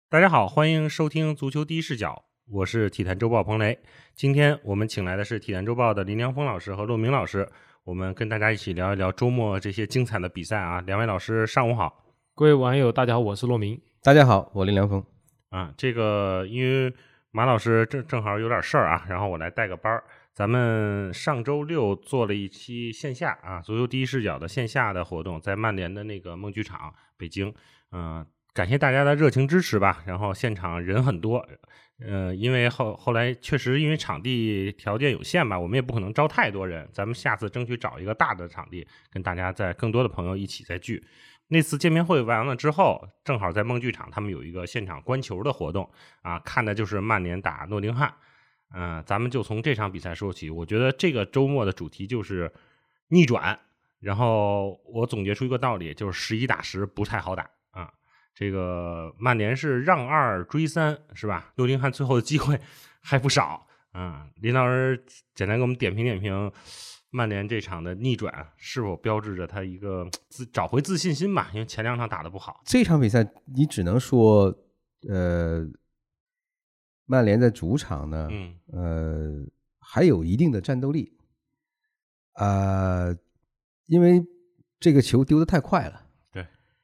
大家好，欢迎收听足球第一视角，我是体坛周报彭雷。今天我们请来的是体坛周报的林良锋老师和骆明老师，我们跟大家一起聊一聊周末这些精彩的比赛啊。两位老师上午好。 各位网友大家好，我是骆明。 大家好，我林良锋。 这个因为马老师正好有点事儿啊，然后我来带个班。咱们上周六做了一期线下啊，足球第一视角的线下的活动，在曼联的那个梦剧场北京。感谢大家的热情支持吧，然后现场人很多，因为后来确实因为场地条件有限吧，我们也不可能招太多人，咱们下次争取找一个大的场地，跟大家在更多的朋友一起再聚。那次见面会完了之后，正好在梦剧场他们有一个现场观球的活动啊，看的就是曼联打诺丁汉。咱们就从这场比赛说起。我觉得这个周末的主题就是逆转，然后我总结出一个道理，就是11打10不太好打啊。这个曼联是让2追3，是吧？诺丁汉最后的机会还不少啊。林老师简单给我们点评点评曼联这场的逆转是否标志着他一个找回自信心吧？因为前2场打得不好。 这场比赛你只能说曼联在主场呢还有一定的战斗力因为这个球丢得太快了。 对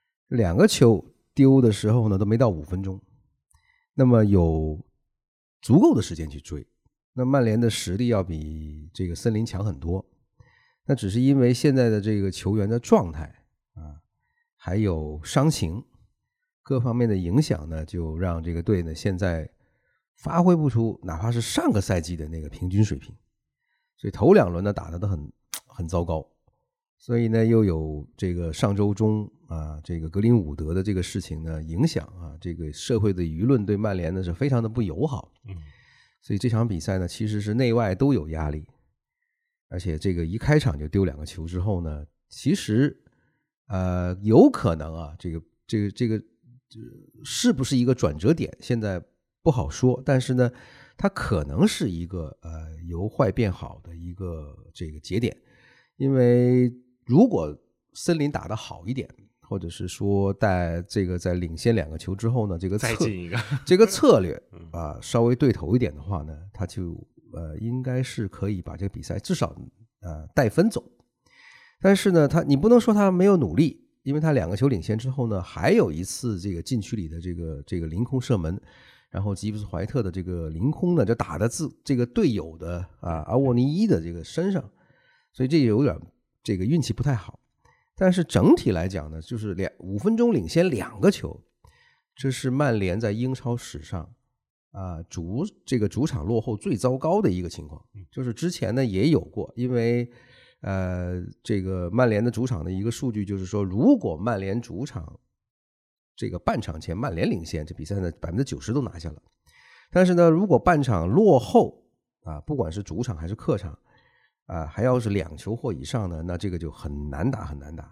，2个球丢的时候呢都没到5分钟，那么有足够的时间去追。那曼联的实力要比这个森林强很多，那只是因为现在的这个球员的状态还有伤情各方面的影响呢，就让这个队呢现在发挥不出哪怕是上个赛季的那个平均水平，所以头2轮呢打得都很糟糕。所以呢又有这个上周中这个格林伍德的这个事情呢影响这个社会的舆论对曼联呢是非常的不友好。所以这场比赛呢其实是内外都有压力，而且这个一开场就丢2个球之后呢，其实有可能这个是不是一个转折点现在不好说，但是呢它可能是一个由坏变好的一个这个节点。因为如果森林打得好一点，或者是说在领先2个球之后呢，这个策略稍微对头一点的话呢，他就应该是可以把这个比赛至少带分走。但是呢你不能说他没有努力，因为他2个球领先之后呢，还有一次这个禁区里的这个凌空射门，然后吉布斯怀特的这个凌空呢就打的这个队友的阿沃尼伊的这个身上，所以这有点这个运气不太好。但是整体来讲呢，就是5分钟领先2个球，这是曼联在英超史上这个主场落后最糟糕的一个情况。就是之前呢也有过，因为这个曼联的主场的一个数据就是说，如果曼联主场这个半场前曼联领先，这比赛呢90%都拿下了。但是呢如果半场落后不管是主场还是客场还要是2球或以上呢，那这个就很难打。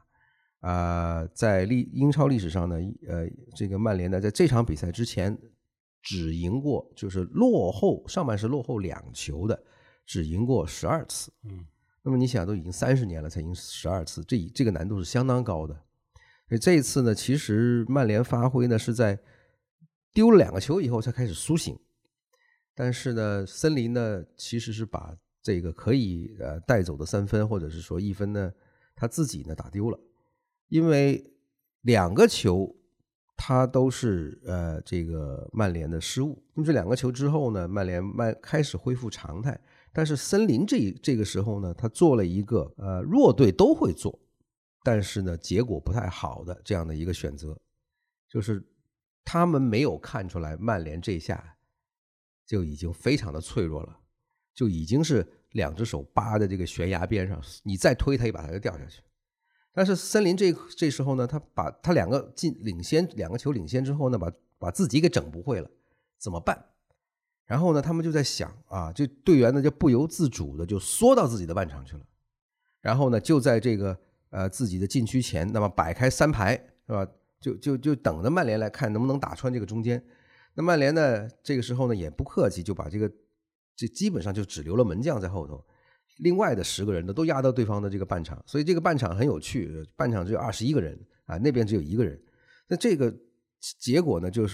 在英超历史上呢这个曼联呢在这场比赛之前只赢过，就是上半时落后2球的只赢过12次。那么你想都已经30年了才赢12次，这个难度是相当高的。所以这一次呢其实曼联发挥呢是在丢了2个球以后才开始苏醒，但是呢森林呢其实是把这个可以带走的3分或者是说1分呢他自己呢打丢了。因为2个球他都是这个曼联的失误。那么这2个球之后呢，曼联开始恢复常态，但是森林这个时候呢他做了一个弱队都会做但是呢结果不太好的这样的一个选择，就是他们没有看出来曼联这下就已经非常的脆弱了，就已经是2只手扒在这个悬崖边上，你再推他一把他就掉下去。但是森林这时候呢，他把他2个球领先之后呢，把自己给整不会了，怎么办？然后呢他们就在想这队员呢就不由自主的就缩到自己的半场去了，然后呢就在这个自己的禁区前那么摆开3排，是吧？就等着曼联来看能不能打穿这个中间。那曼联呢这个时候呢也不客气，就把这基本上就只留了门将在后头，另外的10个人都压到对方的这个半场。所以这个半场很有趣，半场只有21个人那边只有1个人。那这个结果呢就是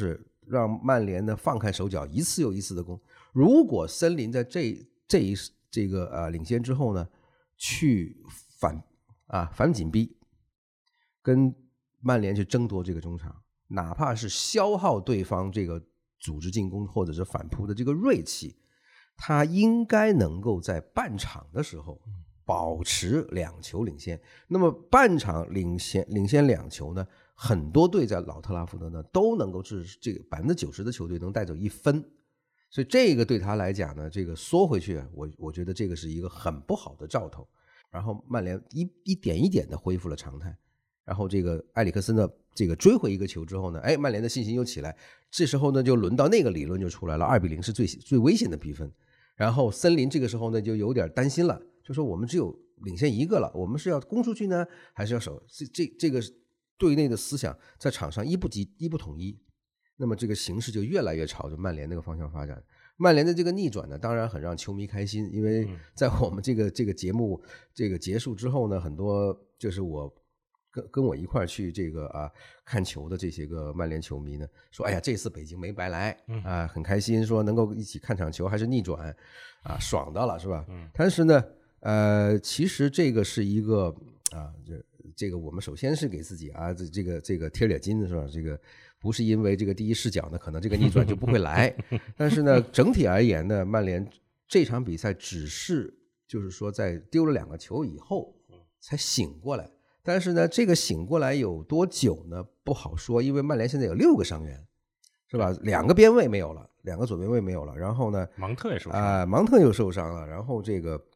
让曼联呢放开手脚，一次又一次的攻。如果森林在这个领先之后呢，去反紧逼，跟曼联去争夺这个中场，哪怕是消耗对方这个组织进攻或者是反扑的这个锐气，他应该能够在半场的时候保持2球领先。那么半场领先2球呢，很多队在老特拉福德呢都能够是这个90%的球队能带走1分，所以这个对他来讲呢，这个缩回去，我觉得这个是一个很不好的兆头。然后曼联一点一点的恢复了常态，然后这个埃里克森的这个追回一个球之后呢，曼联的信心又起来。这时候呢，就轮到那个理论就出来了，2-0是最危险的比分。然后森林这个时候呢就有点担心了，就说我们只有领先1个了，我们是要攻出去呢，还是要守？这个队内的思想在场上一不统一，那么这个形势就越来越朝着曼联那个方向发展。曼联的这个逆转呢，当然很让球迷开心，因为在我们这个节目这个结束之后呢，很多就是我跟我一块去这个看球的这些个曼联球迷呢，说哎呀，这次北京没白来很开心，说能够一起看场球，还是逆转爽到了是吧？但是呢其实这个是一个这个我们首先是给自己这个贴点金是吧？这个不是因为这个第一视角呢，可能这个逆转就不会来。但是呢，整体而言呢，曼联这场比赛只是就是说在丢了2个球以后才醒过来。但是呢，这个醒过来有多久呢？不好说，因为曼联现在有6个伤员，是吧？2个边卫没有了，2个左边卫没有了，然后呢， 芒特也受伤芒特又受伤了，然后这个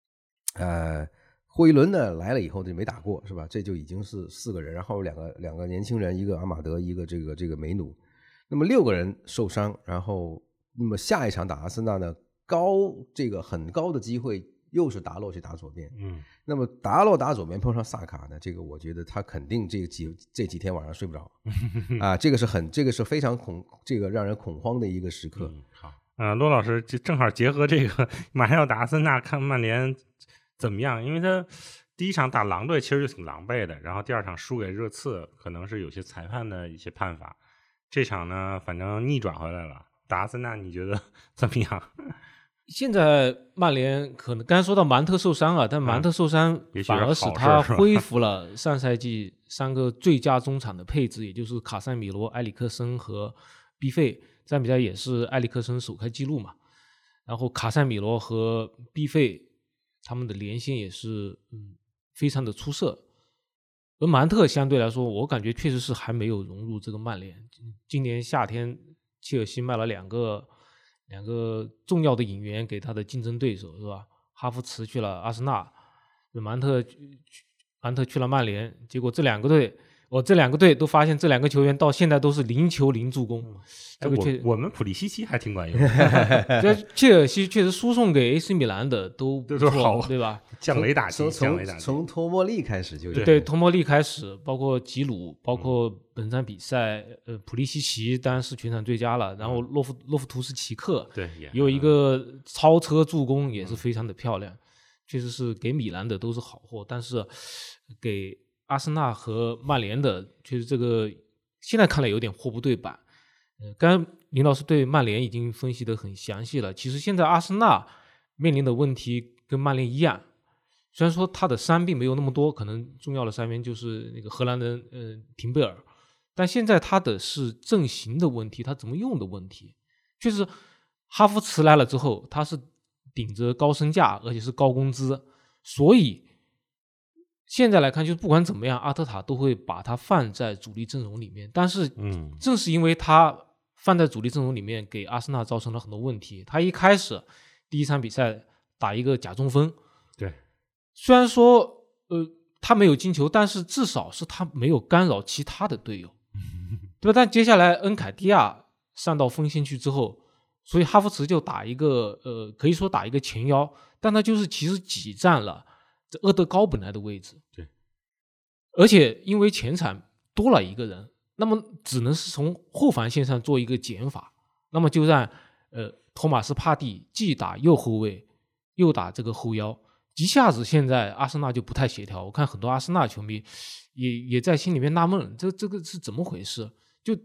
霍伊伦呢来了以后就没打过，是吧？这就已经是4个人，然后两个年轻人，一个阿马德，一个这个梅努，那么6个人受伤，然后那么下一场打阿森纳呢，这个很高的机会又是达洛去打左边，那么达洛打左边碰上萨卡呢，这个我觉得他肯定这几天晚上睡不着这个是非常让人恐慌的一个时刻。 好，骆老师正好结合这个马上要打阿森纳，看曼联怎么样？因为他第一场打狼队其实就挺狼狈的，然后第2场输给热刺，可能是有些裁判的一些判罚。这场呢，反正逆转回来了。打阿森纳你觉得怎么样？ 现在曼联可能刚才说到芒特受伤了，但芒特受伤反而使他恢复了上赛季3个最佳中场的配置，也就是卡塞米罗、埃里克森和毕费。这场比赛也是埃里克森首开纪录嘛，然后卡塞米罗和毕费他们的连线也是非常的出色。而芒特相对来说，我感觉确实是还没有融入这个曼联。今年夏天切尔西卖了两个重要的引援给他的竞争对手，是吧？哈弗茨去了阿森纳，芒特去了曼联，结果这两个队都发现这2个球员到现在都是0球0助攻。这个我们普利西奇还挺管用。 这切尔西确实输送给 AC 米兰的都不错，好，对吧？ 降维打击， 从托莫利开始就对托莫利开始，包括吉鲁，包括本场比赛普利西奇当然是全场最佳了，然后洛夫图斯奇克对也有一个超车助攻也是非常的漂亮，确实是给米兰的都是好货，但是给阿森纳和曼联的确实这个现在看来有点货不对版。刚刚林老师对曼联已经分析得很详细了，其实现在阿森纳面临的问题跟曼联一样，虽然说他的伤病没有那么多，可能重要的伤员就是那个荷兰人廷贝尔，但现在他的是阵型的问题，他怎么用的问题。确实哈弗茨来了之后，他是顶着高身价而且是高工资，所以现在来看就是不管怎么样，阿特塔都会把他放在主力阵容里面，但是正是因为他放在主力阵容里面，给阿森纳造成了很多问题。他一开始第一场比赛打一个假中锋， 对， 虽然说他没有进球，但是至少是他没有干扰其他的队友，对吧？但接下来恩凯蒂亚上到锋线去之后，所以哈弗茨就打一个可以说打一个前腰，但他就是其实挤占了这厄德高本来的位置， 对， 而且因为前场多了一个人，那么只能是从后防线上做一个减法，那么就让托马斯帕蒂既打右后卫又打这个后腰，一下子现在阿森纳就不太协调。我看很多阿森纳球迷也在心里面纳闷，这个是怎么回事？就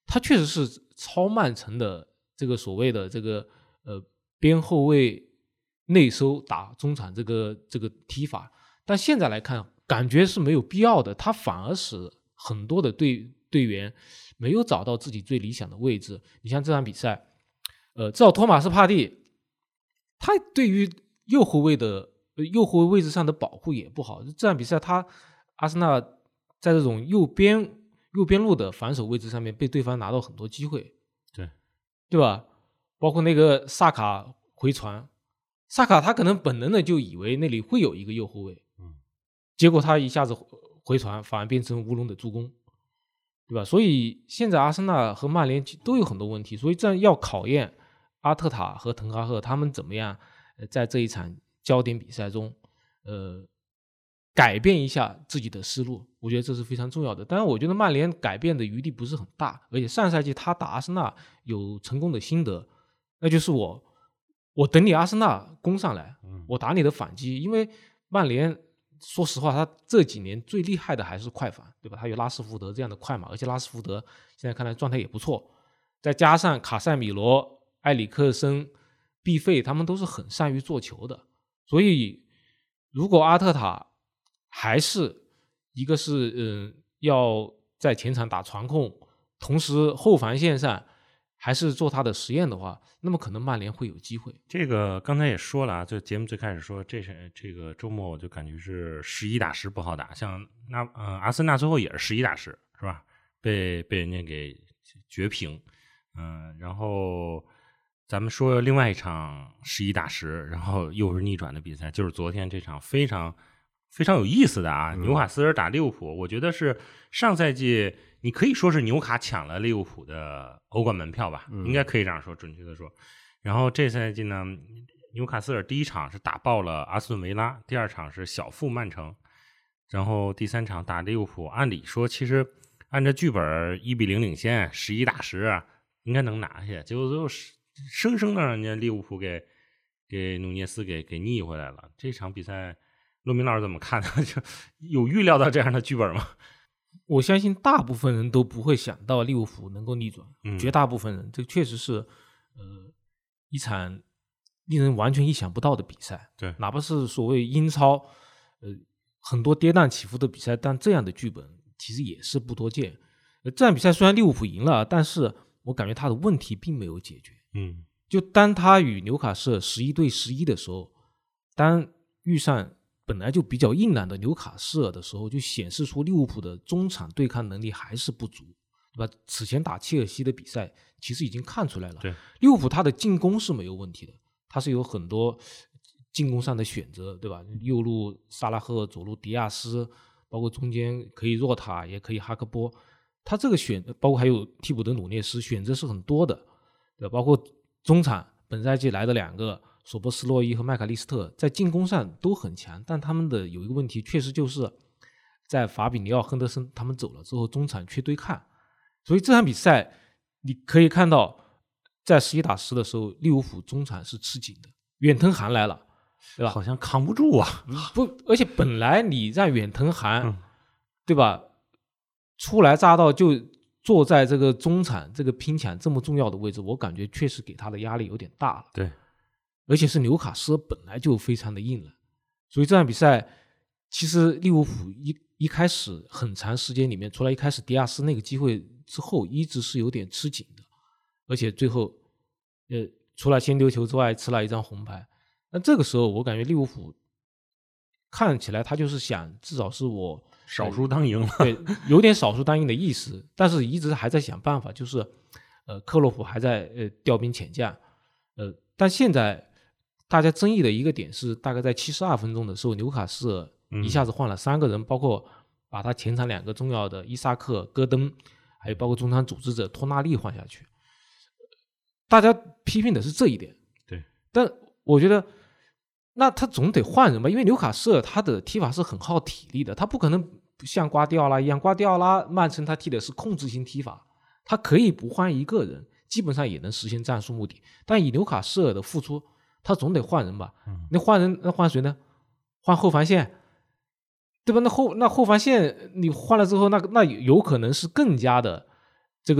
他确实是超曼城的这个所谓的这个边后卫内收打中场这个踢法，但现在来看感觉是没有必要的，他反而使很多的队员没有找到自己最理想的位置。你像这场比赛，至少托马斯帕蒂他对于右后卫位置上的保护也不好。这场比赛阿森纳在这种右边路的防守位置上面被对方拿到很多机会，对吧？包括那个萨卡回传，萨卡他可能本能的就以为那里会有一个右后卫，结果他一下子回传反而变成乌龙的助攻，对吧？所以现在阿森纳和曼联都有很多问题，所以这样要考验阿特塔和滕哈赫他们怎么样在这一场焦点比赛中改变一下自己的思路，我觉得这是非常重要的。当然我觉得曼联改变的余地不是很大，而且上赛季他打阿森纳有成功的心得，那就是我等你阿森纳攻上来，我打你的反击。因为曼联说实话他这几年最厉害的还是快反，对吧？他有拉什福德这样的快马，而且拉什福德现在看来状态也不错，再加上卡塞米罗、埃里克森、毕费他们都是很善于做球的。所以如果阿特塔还是一个是要在前场打传控，同时后防线上还是做他的实验的话，那么可能曼联会有机会。 这个刚才也说了啊，就节目最开始说这个周末我就感觉是11打10不好打，像阿森纳最后也是11打10，是吧？被人家给绝平。然后咱们说另外一场11打10，然后又是逆转的比赛，就是昨天这场非常非常有意思的啊，纽卡斯尔打利物浦，我觉得是上赛季你可以说是纽卡抢了利物浦的欧冠门票吧，应该可以这样说，准确的说。然后这赛季呢，纽卡斯尔第一场是打爆了阿斯顿维拉，第二场是小负曼城，然后第三场打利物浦，按理说其实按照剧本1-0领先，11打10啊，应该能拿下，结果最后生生的让人家利物浦给努涅斯给逆回来了。这场比赛骆明老师怎么看呢？就有预料到这样的剧本吗？ 我相信大部分人都不会想到利物浦能够逆转，绝大部分人，这确实是一场令人完全意想不到的比赛。 对， 哪怕是所谓英超很多跌宕起伏的比赛，但这样的剧本其实也是不多见。这场比赛虽然利物浦赢了，但是我感觉他的问题并没有解决。就当他与纽卡斯尔11对11的时候，当遇上本来就比较硬朗的纽卡斯尔的时候，就显示出利物浦的中场对抗能力还是不足，对吧？此前打切尔西的比赛其实已经看出来了， 对， 利物浦他的进攻是没有问题的，他是有很多进攻上的选择，对吧？右路萨拉赫，左路迪亚斯，包括中间可以若塔，也可以哈克波，他这个包括还有替补的努涅斯，选择是很多的，对吧？包括中场本赛季来的2个索波斯洛伊和麦卡利斯特，在进攻上都很强，但他们的有一个问题，确实就是在法比尼奥、亨德森他们走了之后，中场缺对抗。所以这场比赛你可以看到，在11打10的时候，利物浦中场是吃紧的，远藤航来了，对吧？ 好像扛不住啊。 不，而且本来你让远藤航，对吧，初来乍到就坐在这个中场这个拼抢这么重要的位置，我感觉确实给他的压力有点大了。 对， 而且是纽卡斯尔本来就非常的硬了，所以这场比赛其实利物浦一开始很长时间里面，除了一开始迪亚斯那个机会之后，一直是有点吃紧的，而且最后除了先丢球之外吃了一张红牌。那这个时候我感觉利物浦看起来他就是想至少是我少输当赢了， 对，有点少输当赢的意思，但是一直还在想办法，就是克洛普还在调兵遣将，但现在大家争议的一个点是，大概在72分钟的时候，纽卡斯尔一下子换了3个人，包括把他前场2个重要的伊萨克、戈登，还有包括中场组织者托纳利换下去。大家批评的是这一点， 对， 但我觉得那他总得换人吧，因为纽卡斯尔他的踢法是很耗体力的，他不可能像瓜迪奥拉一样，瓜迪奥拉曼城他踢的是控制型踢法，他可以不换一个人，基本上也能实现战术目的。但以纽卡斯尔的付出，他总得换人吧？那换人，那换谁呢？换后防线，对吧？那后防线你换了之后，那有可能是更加的这个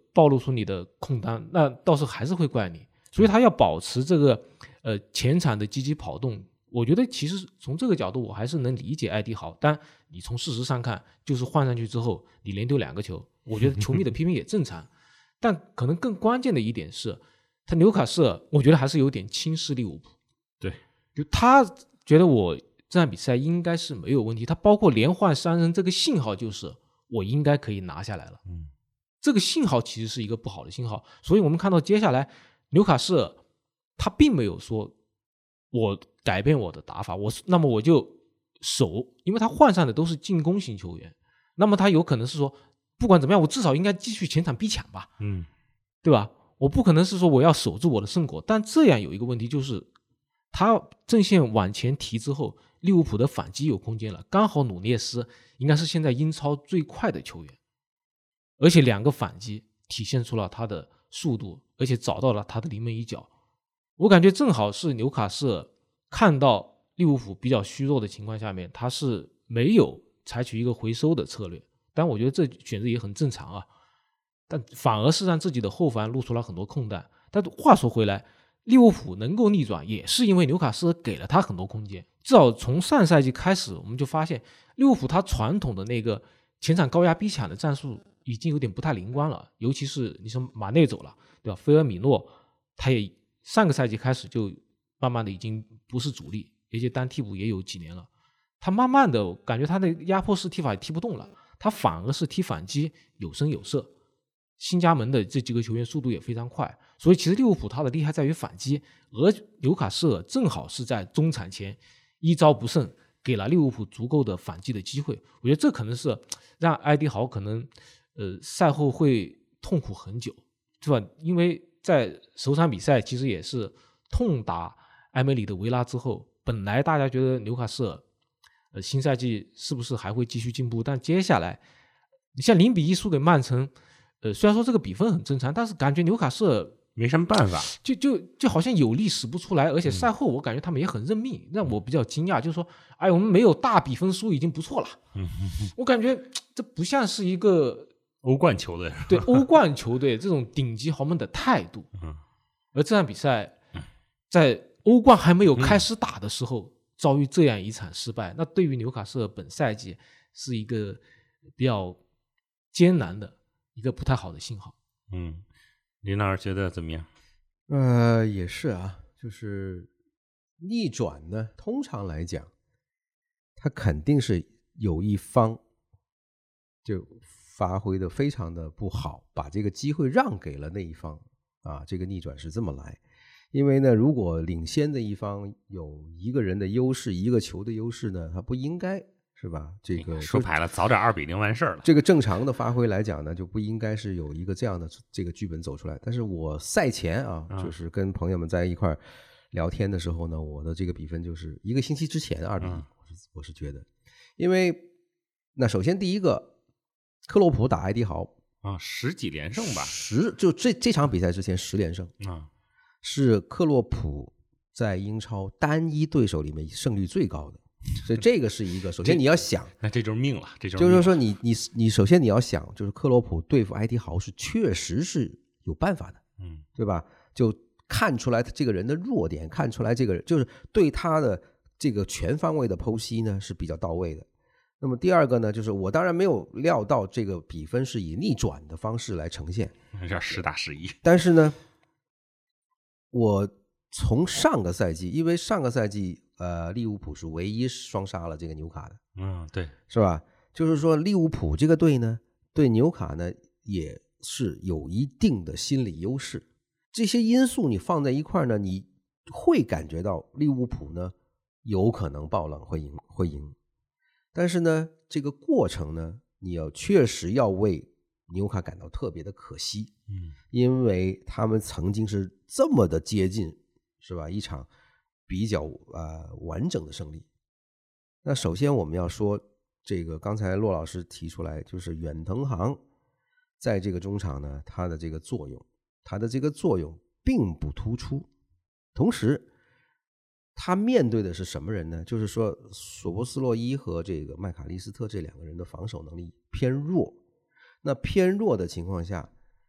暴露出你的空单，那到时候还是会怪你。所以他要保持这个前场的积极跑动。我觉得其实从这个角度我还是能理解艾迪豪，但你从事实上看，就是换上去之后你连丢2个球，我觉得球迷的批评也正常。但可能更关键的一点是，他纽卡斯尔我觉得还是有点轻视利物浦。 对， 就他觉得我这场比赛应该是没有问题，他包括连换3人这个信号就是我应该可以拿下来了。这个信号其实是一个不好的信号，所以我们看到接下来纽卡斯尔他并没有说我改变我的打法，那么我就守，因为他换上的都是进攻型球员，那么他有可能是说不管怎么样我至少应该继续前场逼抢吧，对吧？我不可能是说我要守住我的胜果。但这样有一个问题，就是他阵线往前提之后，利物浦的反击有空间了，刚好努涅斯应该是现在英超最快的球员，而且2个反击体现出了他的速度，而且找到了他的临门一脚。我感觉正好是纽卡斯尔看到利物浦比较虚弱的情况下面，他是没有采取一个回收的策略，但我觉得这选择也很正常啊。但反而是让自己的后防露出了很多空档。但话说回来，利物浦能够逆转也是因为纽卡斯尔给了他很多空间。至少从上赛季开始，我们就发现利物浦他传统的那个前场高压逼抢的战术已经有点不太灵光了，尤其是你说马内走了，对吧？菲尔米诺他也上个赛季开始就慢慢的已经不是主力，而且当替补也有几年了，他慢慢的感觉他的压迫式踢法也踢不动了，他反而是踢反击有声有色。新加盟的这几个球员速度也非常快，所以其实利物浦他的厉害在于反击，而纽卡斯尔正好是在中场前一招不慎给了利物浦足够的反击的机会。我觉得这可能是让埃迪豪可能赛后会痛苦很久，对吧？因为在首场比赛其实也是痛打埃梅里的维拉之后，本来大家觉得纽卡斯尔新赛季是不是还会继续进步，但接下来你像0-1输给曼城，虽然说这个比分很正常，但是感觉纽卡斯尔没什么办法， 就好像有力使不出来，而且赛后我感觉他们也很认命，让我比较惊讶，就是说，哎，我们没有大比分输已经不错了。我感觉这不像是一个欧冠球队， 对欧冠球队这种顶级豪门的态度。而这场比赛在欧冠还没有开始打的时候，遭遇这样一场失败，那对于纽卡斯尔本赛季是一个比较艰难的一个不太好的信号。 林老师觉得怎么样？ 也是啊，就是逆转呢，通常来讲，他肯定是有一方就发挥的非常的不好，把这个机会让给了那一方啊，这个逆转是这么来。因为呢，如果领先的一方有一个人的优势，一个球的优势呢，他不应该是吧？这个说白了，早点2-0完事儿了。 这个正常的发挥来讲呢，就不应该是有一个这样的这个剧本走出来。但是我赛前啊，就是跟朋友们在一块聊天的时候呢，我的这个比分就是1个星期之前2-1，我是觉得，因为那首先第一个，克洛普打埃迪豪 10几连胜吧， 就这场比赛之前10连胜是克洛普在英超单一对手里面胜率最高的。所以这个是一个，首先你要想， 那这就是命了， 就是说你首先你要想，就是克洛普对付埃迪豪是确实是有办法的，对吧？就看出来他这个人的弱点，看出来这个人就是对他的这个全方位的剖析呢是比较到位的。那么第二个呢，就是我当然没有料到这个比分是以逆转的方式来呈现， 叫10-11。 但是呢，我从上个赛季，因为上个赛季利物浦是唯一双杀了这个纽卡的， 对， 是吧？就是说利物浦这个队呢，对纽卡呢也是有一定的心理优势。这些因素你放在一块呢，你会感觉到利物浦呢有可能爆冷会赢。但是呢，这个过程呢，你确实要为纽卡感到特别的可惜，因为他们曾经是这么的接近，是吧？一场比较完整的胜利。那首先我们要说这个，刚才骆老师提出来，就是远藤航在这个中场呢，他的这个作用并不突出，同时他面对的是什么人呢？就是说索波斯洛伊和这个麦卡利斯特这2个人的防守能力偏弱。那偏弱的情况下，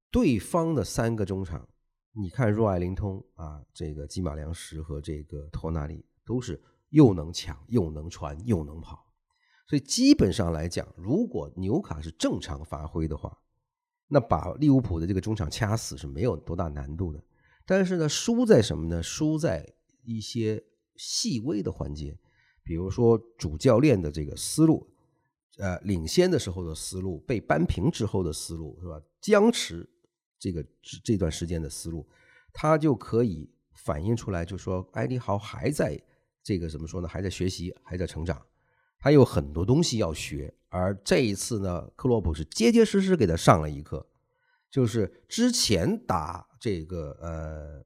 对方的3个中场，你看若爱灵通啊，这个基马良什和这个托纳利都是又能抢又能传又能跑，所以基本上来讲，如果纽卡是正常发挥的话，那把利物浦的这个中场掐死是没有多大难度的。但是呢，输在什么呢？输在一些细微的环节，比如说主教练的这个思路，领先的时候的思路，被扳平之后的思路，是吧？僵持这段时间的思路，他就可以反映出来，就说埃迪豪还在这个怎么说呢？还在学习，还在成长，他有很多东西要学。而这一次呢，克洛普是结结实实给他上了一课，就是之前打这个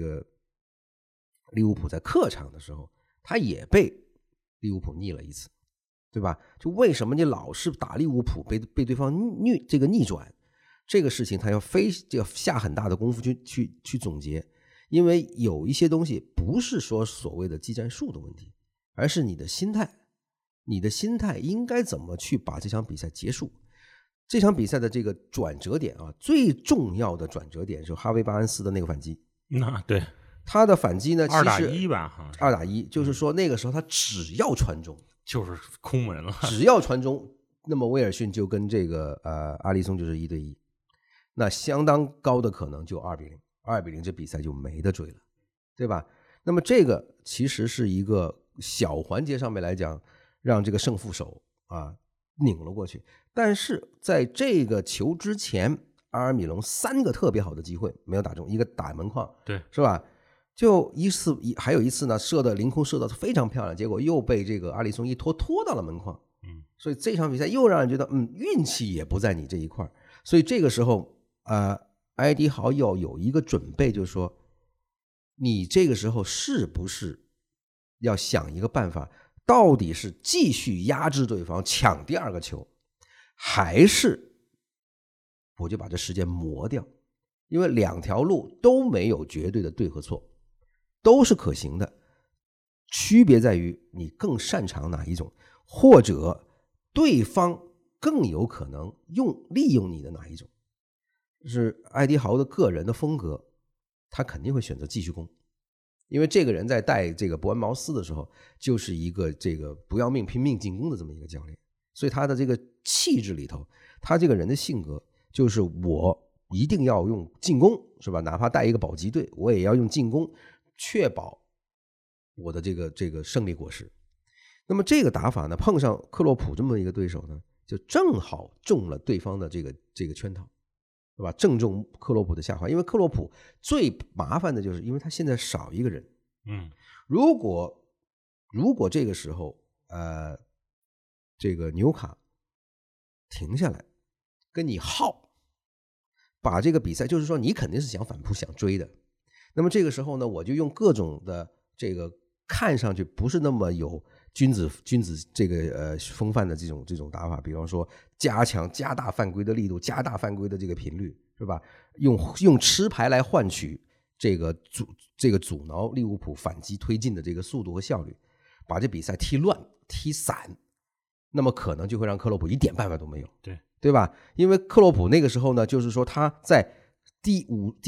利物浦在客场的时候，他也被利物浦逆了一次，对吧？就为什么你老是打利物浦被对方逆转，这个事情他要下很大的功夫去总结，因为有一些东西不是说所谓的技战术的问题，而是你的心态。你的心态应该怎么去把这场比赛结束？这场比赛的这个转折点啊，最重要的转折点是哈维巴恩斯的那个反击。 对， 他的反击呢，其实 2打1吧 ，2打1，就是说那个时候他只要传中， 就是空门了， 只要传中，那么威尔逊就跟这个阿里松就是1对1，那相当高的可能就2比0，这比赛就没得追了，对吧？那么这个其实是一个小环节上面来讲，让这个胜负手啊拧了过去。但是在这个球之前，阿尔米隆3个特别好的机会没有打中，一个打门框， 对， 是吧？就还有一次呢，凌空射的非常漂亮，结果又被这个阿里松一拖到了门框。所以这场比赛又让人觉得，运气也不在你这一块。所以这个时候埃迪豪要有一个准备，就是说，你这个时候是不是要想一个办法，到底是继续压制对方抢第2个球，还是我就把这时间磨掉？因为2条路都没有绝对的对和错，都是可行的，区别在于你更擅长哪一种，或者对方更有可能利用你的哪一种。是埃迪豪的个人的风格，他肯定会选择继续攻，因为这个人在带这个伯恩茅斯的时候，就是一个这个不要命拼命进攻的这么一个教练，所以他的这个气质里头，他这个人的性格就是我一定要用进攻，是吧？哪怕带一个保级队，我也要用进攻确保我的这个胜利果实。那么这个打法呢，碰上克洛普这么一个对手呢，就正好中了对方的这个圈套，对吧？正中克洛普的下怀。因为克洛普最麻烦的就是因为他现在少一个人，如果这个时候这个纽卡停下来跟你耗，把这个比赛，就是说你肯定是想反扑想追的，那么这个时候呢，我就用各种的这个看上去不是那么有君子这个风范的这种打法，比方说加大犯规的力度，加大犯规的这个频率，是吧？用吃牌来换取这个阻挠利物浦反击推进的这个速度和效率，把这比赛踢乱踢散，那么可能就会让克洛普一点办法都没有，对吧？因为克洛普那个时候呢，就是说他在第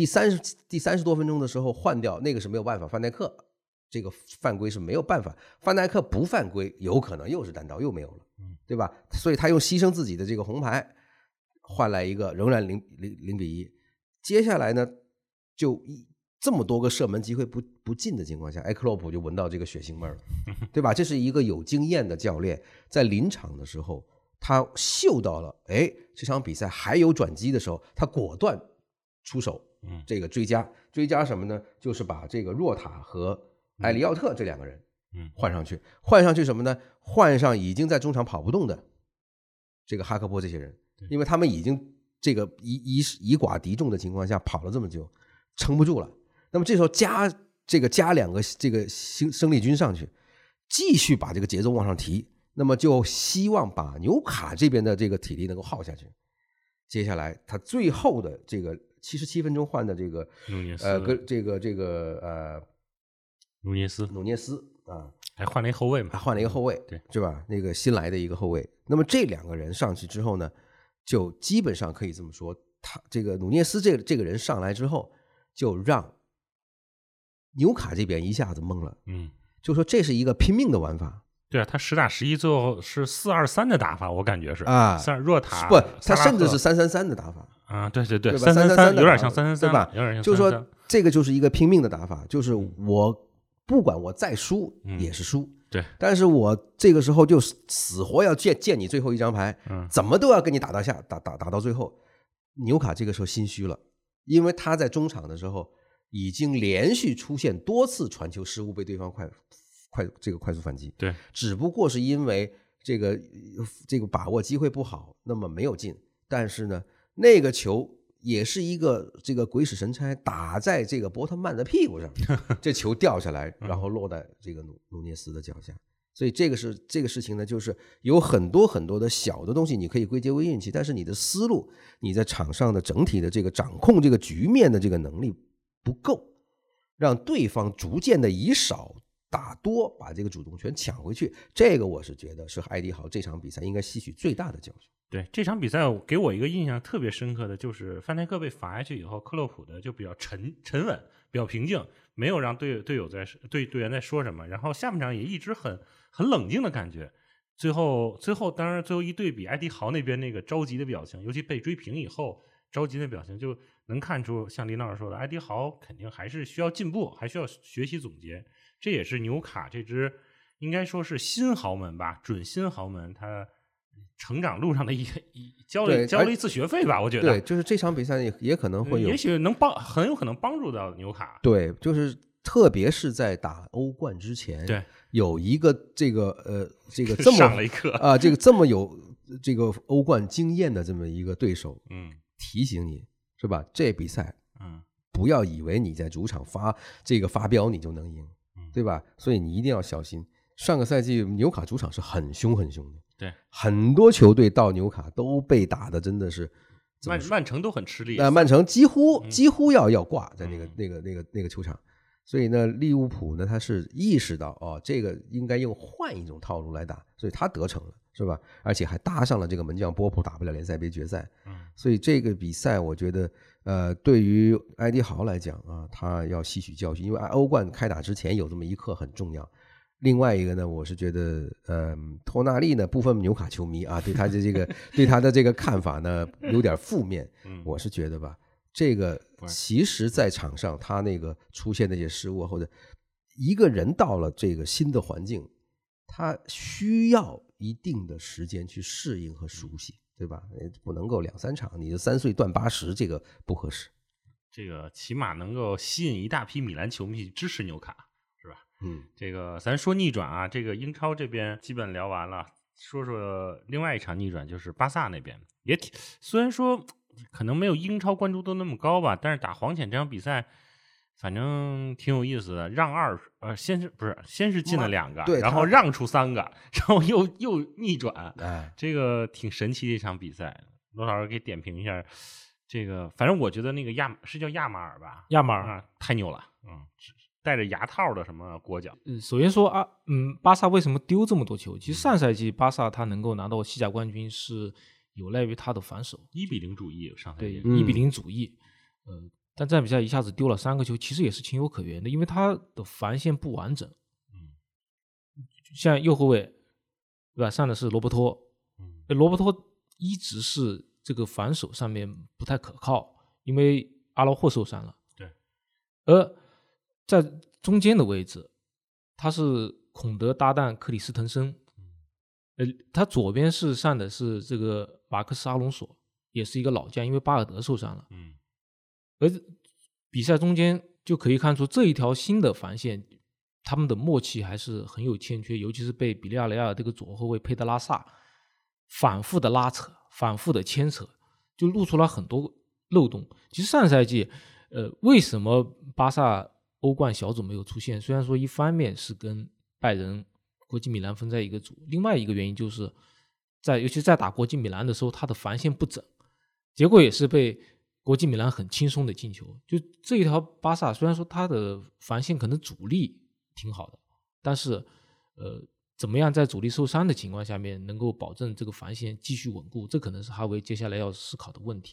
30多分钟的时候换掉，那个是没有办法，范戴克这个犯规是没有办法，范戴克不犯规有可能又是单刀又没有了，对吧？所以他用牺牲自己的这个红牌换来一个仍然0比1。接下来呢，就这么多个射门机会不进的情况下，克洛普就闻到这个血腥味了，对吧？这是一个有经验的教练，在临场的时候他嗅到了这场比赛还有转机的时候，他果断出手这个追加什么呢？就是把这个若塔和埃里奥特这2个人换上去什么呢？换上已经在中场跑不动的这个哈克波这些人，因为他们已经这个以寡敌众的情况下跑了这么久，撑不住了。那么这时候加2个这个生力军上去，继续把这个节奏往上提，那么就希望把纽卡这边的这个体力能够耗下去。接下来他最后的这个77分钟换的这个努涅斯啊， 还换了一后卫嘛， 换了一个后卫， 对， 是吧？那个新来的一个后卫。那么这2个人上去之后呢，就基本上可以这么说， 他这个努涅斯这个人上来之后，就让纽卡这边一下子懵了，就说这是一个拼命的玩法。 对啊，他10打11，最后是4-2-3的打法，我感觉是啊， 若塔不，他甚至是3-3-3的打法啊，对对对 ，3-3-3 有点像3-3-3， 对吧？ 有点像3-3-3， 就是说这个就是一个拼命的打法，就是我不管我再输也是输， 对， 但是我这个时候就死活要见你最后一张牌，怎么都要跟你打到最后。纽卡这个时候心虚了，因为他在中场的时候已经连续出现多次传球失误，被对方快速反击。 对， 只不过是因为这个把握机会不好，那么没有进。但是呢，那个球也是一个这个鬼使神差打在这个波特曼的屁股上，这球掉下来，然后落在这个努涅斯的脚下。所以这个事情呢，就是有很多很多的小的东西，你可以归结为运气，但是你的思路，你在场上的整体的这个掌控这个局面的这个能力不够，让对方逐渐的以少打多，把这个主动权抢回去。这个我是觉得是艾迪豪这场比赛应该吸取最大的教训。 对，这场比赛给我一个印象特别深刻的就是范戴克被罚下去以后，克洛普的就比较沉稳，比较平静，没有让队员在说什么，然后下半场也一直很冷静的感觉。最后当然最后一对比，艾迪豪那边那个着急的表情，尤其被追平以后着急的表情，就能看出像林老师说的，艾迪豪肯定还是需要进步，还需要学习总结。这也是纽卡这支应该说是新豪门吧，准新豪门，他成长路上的交了一次学费吧，我觉得。 对，就是这场比赛也可能会有， 也许很有可能帮助到纽卡。 对，就是特别是在打欧冠之前， 对， 有一个这个这么上了一课啊，这么有这个欧冠经验的这么一个对手，提醒你是吧？这比赛，不要以为你在主场发飙你就能赢，对吧？所以你一定要小心。上个赛季纽卡主场是很凶的， 对， 很多球队到纽卡都被打的真的是曼城都很吃力， 曼城几乎要挂在那个球场。所以呢，利物浦呢他是意识到这个应该用换一种套路来打，所以他得逞了，是吧？而且还搭上了这个门将波普打不了联赛杯决赛，所以这个比赛我觉得对于埃迪豪来讲啊，他要吸取教训，因为欧冠开打之前有这么一刻很重要。另外一个呢，我是觉得托纳利呢，部分纽卡球迷啊，对他的这个看法呢有点负面。我是觉得吧，这个其实在场上他那个出现那些失误，或者一个人到了这个新的环境，他需要一定的时间去适应和熟悉，对吧？不能够2-3场你就3岁断80，这个不合适。 这个起码能够吸引一大批米兰球迷支持纽卡，是吧？这个咱说逆转啊，这个英超这边基本聊完了，说另外一场逆转，就是巴萨那边也虽然说可能没有英超关注度那么高吧，但是打黄潜这场比赛反正挺有意思的，让先是进了2个，然后让出3个，然后又逆转，这个挺神奇的一场比赛。罗老师给点评一下这个，反正我觉得那个是叫亚马尔吧， 亚马尔太牛了，带着牙套的什么国脚。 首先说巴萨为什么丢这么多球？其实上赛季巴萨他能够拿到西甲冠军是有赖于他的防守 ，1-0主义上赛季， 对，1-0主义。但这场比赛一下子丢了3个球，其实也是情有可原的，因为他的防线不完整。像右后卫，对吧？上的是罗伯托，罗伯托一直是这个防守上面不太可靠，因为阿劳霍受伤了。 对， 而在中间的位置，他是孔德搭档克里斯滕森，他左边上的是这个马克斯阿隆索，也是一个老将，因为巴尔德受伤了。而比赛中间就可以看出这一条新的防线，他们的默契还是很有欠缺，尤其是被比利亚雷亚尔这个左后卫佩德拉萨反复的拉扯，反复的牵扯，就露出了很多漏洞。其实上赛季为什么巴萨欧冠小组没有出现？虽然说一方面是跟拜仁、国际米兰分在一个组，另外一个原因就是尤其在打国际米兰的时候，他的防线不整，结果也是被国际米兰很轻松的进球。就这一条巴萨虽然说他的防线可能主力挺好的，但是怎么样在主力受伤的情况下面能够保证这个防线继续稳固，这可能是哈维接下来要思考的问题。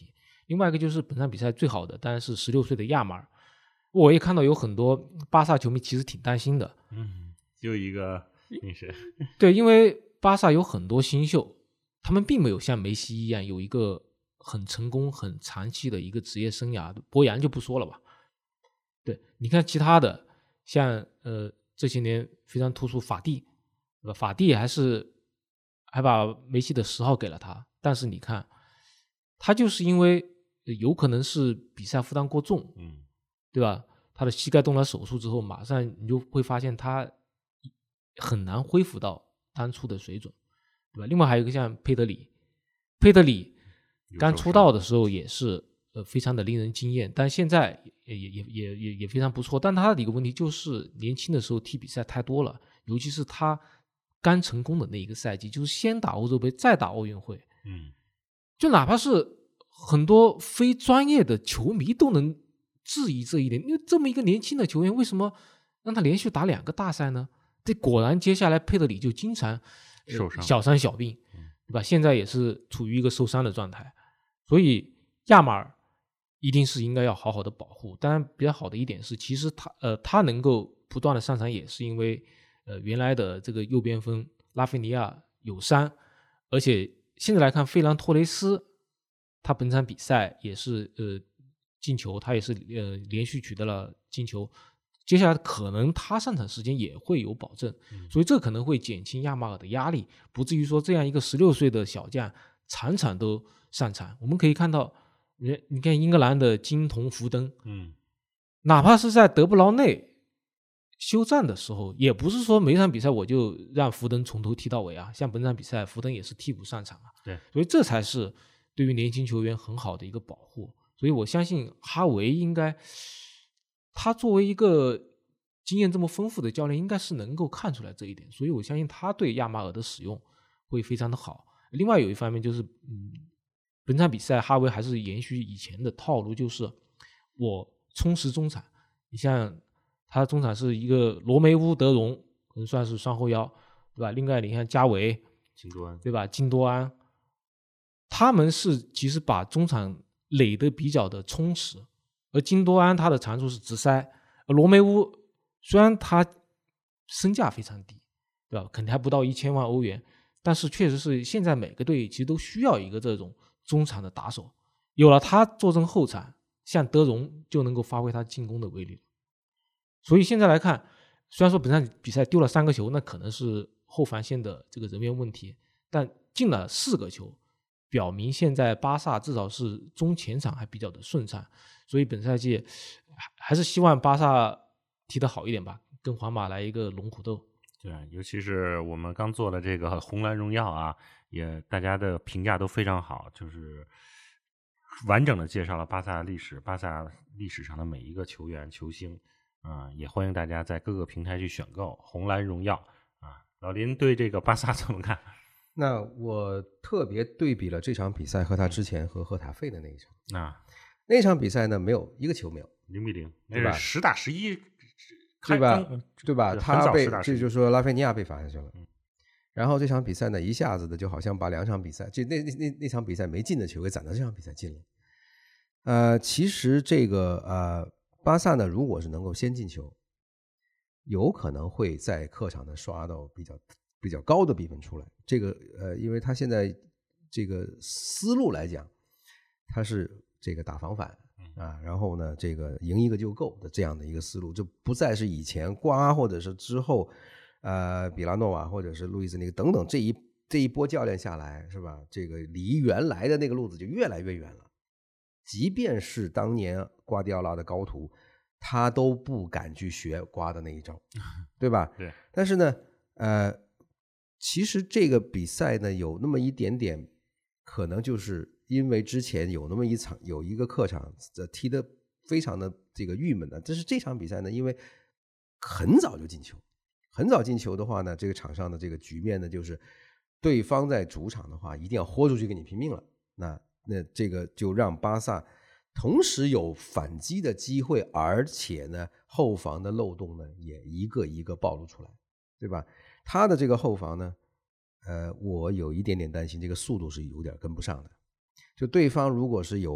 另外一个就是本场比赛最好的当然是16岁的亚马尔，我也看到有很多巴萨球迷其实挺担心的。 就一个那谁， 对，因为巴萨有很多新秀，他们并没有像梅西一样有一个很成功、很长期的一个职业生涯。博扬就不说了吧。对，你看其他的，像这些年非常突出法蒂，对吧？法蒂还把梅西的10号给了他，但是你看，他就是因为有可能是比赛负担过重，对吧？他的膝盖动了手术之后，马上你就会发现他很难恢复到当初的水准，对吧？另外还有一个像佩德里刚出道的时候也是非常的令人惊艳，但现在也非常不错。但他的一个问题就是年轻的时候踢比赛太多了，尤其是他刚成功的那一个赛季，就是先打欧洲杯再打奥运会，就哪怕是很多非专业的球迷都能质疑这一点，因为这么一个年轻的球员，为什么让他连续打2个大赛呢？这果然接下来佩德里就经常受伤小伤小病，对吧？现在也是处于一个受伤的状态，所以亚马尔一定是应该要好好的保护。当然比较好的一点是，其实他能够不断的上场，也是因为原来的这个右边锋拉菲尼亚有伤，而且现在来看，费兰托雷斯他本场比赛也是进球，他也是连续取得了进球。接下来可能他上场时间也会有保证，所以这可能会减轻亚马尔的压力，不至于说这样一个16岁的小将场场都上场。我们可以看到，你看英格兰的金童福登，哪怕是在德布劳内休战的时候，也不是说每场比赛我就让福登从头踢到尾啊。像本场比赛，福登也是替补上场啊。 对， 所以这才是对于年轻球员很好的一个保护。所以我相信哈维应该。他作为一个经验这么丰富的教练，应该是能够看出来这一点，所以我相信他对亚马尔的使用会非常的好。另外有一方面就是，本场比赛哈维还是延续以前的套路，就是我充实中场。你像他中场是一个罗梅乌、德容，可能算是双后腰，对吧？另外你看加维、 金多安， 对吧？金多安，他们是其实把中场垒得比较的充实。而金多安他的长处是直塞，而罗梅乌虽然他身价非常低，对吧？肯定还不到1000万欧元，但是确实是现在每个队其实都需要一个这种中场的打手，有了他坐镇后场，像德容就能够发挥他进攻的威力。所以现在来看，虽然说本场比赛丢了3个球，那可能是后防线的这个人员问题，但进了4个球，表明现在巴萨至少是中前场还比较的顺畅。所以本赛季还是希望巴萨踢得好一点吧，跟皇马来一个龙虎斗。 对，尤其是我们刚做的这个红蓝荣耀啊，也大家的评价都非常好，就是完整的介绍了巴萨历史，巴萨历史上的每一个球员球星，也欢迎大家在各个平台去选购红蓝荣耀啊。老林对这个巴萨怎么看？ 那我特别对比了这场比赛和他之前和赫塔费的那一场。那场比赛呢，没有一个球没有 0-0， 对吧 ？10打11， 对吧？对吧？他被这就是说拉菲尼亚被罚下去了。然后这场比赛呢，一下子的就好像把2场比赛，就那场比赛没进的球给攒到这场比赛进了。其实这个巴萨呢，如果是能够先进球，有可能会在客场呢刷到比较高的比分出来。这个因为他现在这个思路来讲，他是这个打防反然后呢这个赢一个就够的这样的一个思路，就不再是以前瓜或者是之后比拉诺瓦或者是路易斯那个等等这一波教练下来，是吧？这个离原来的那个路子就越来越远了。即便是当年瓜迪奥拉的高徒，他都不敢去学瓜的那一招，对吧？ 对。 但是呢其实这个比赛呢有那么一点点可能就是因为之前有那么有一个客场踢得非常的这个郁闷的，但是这场比赛呢，因为很早就进球，很早进球的话呢，这个场上的这个局面呢，就是对方在主场的话一定要豁出去跟你拼命了，那这个就让巴萨同时有反击的机会，而且呢后防的漏洞呢也一个一个暴露出来，对吧？他的这个后防呢我有一点点担心这个速度是有点跟不上的，就对方如果是有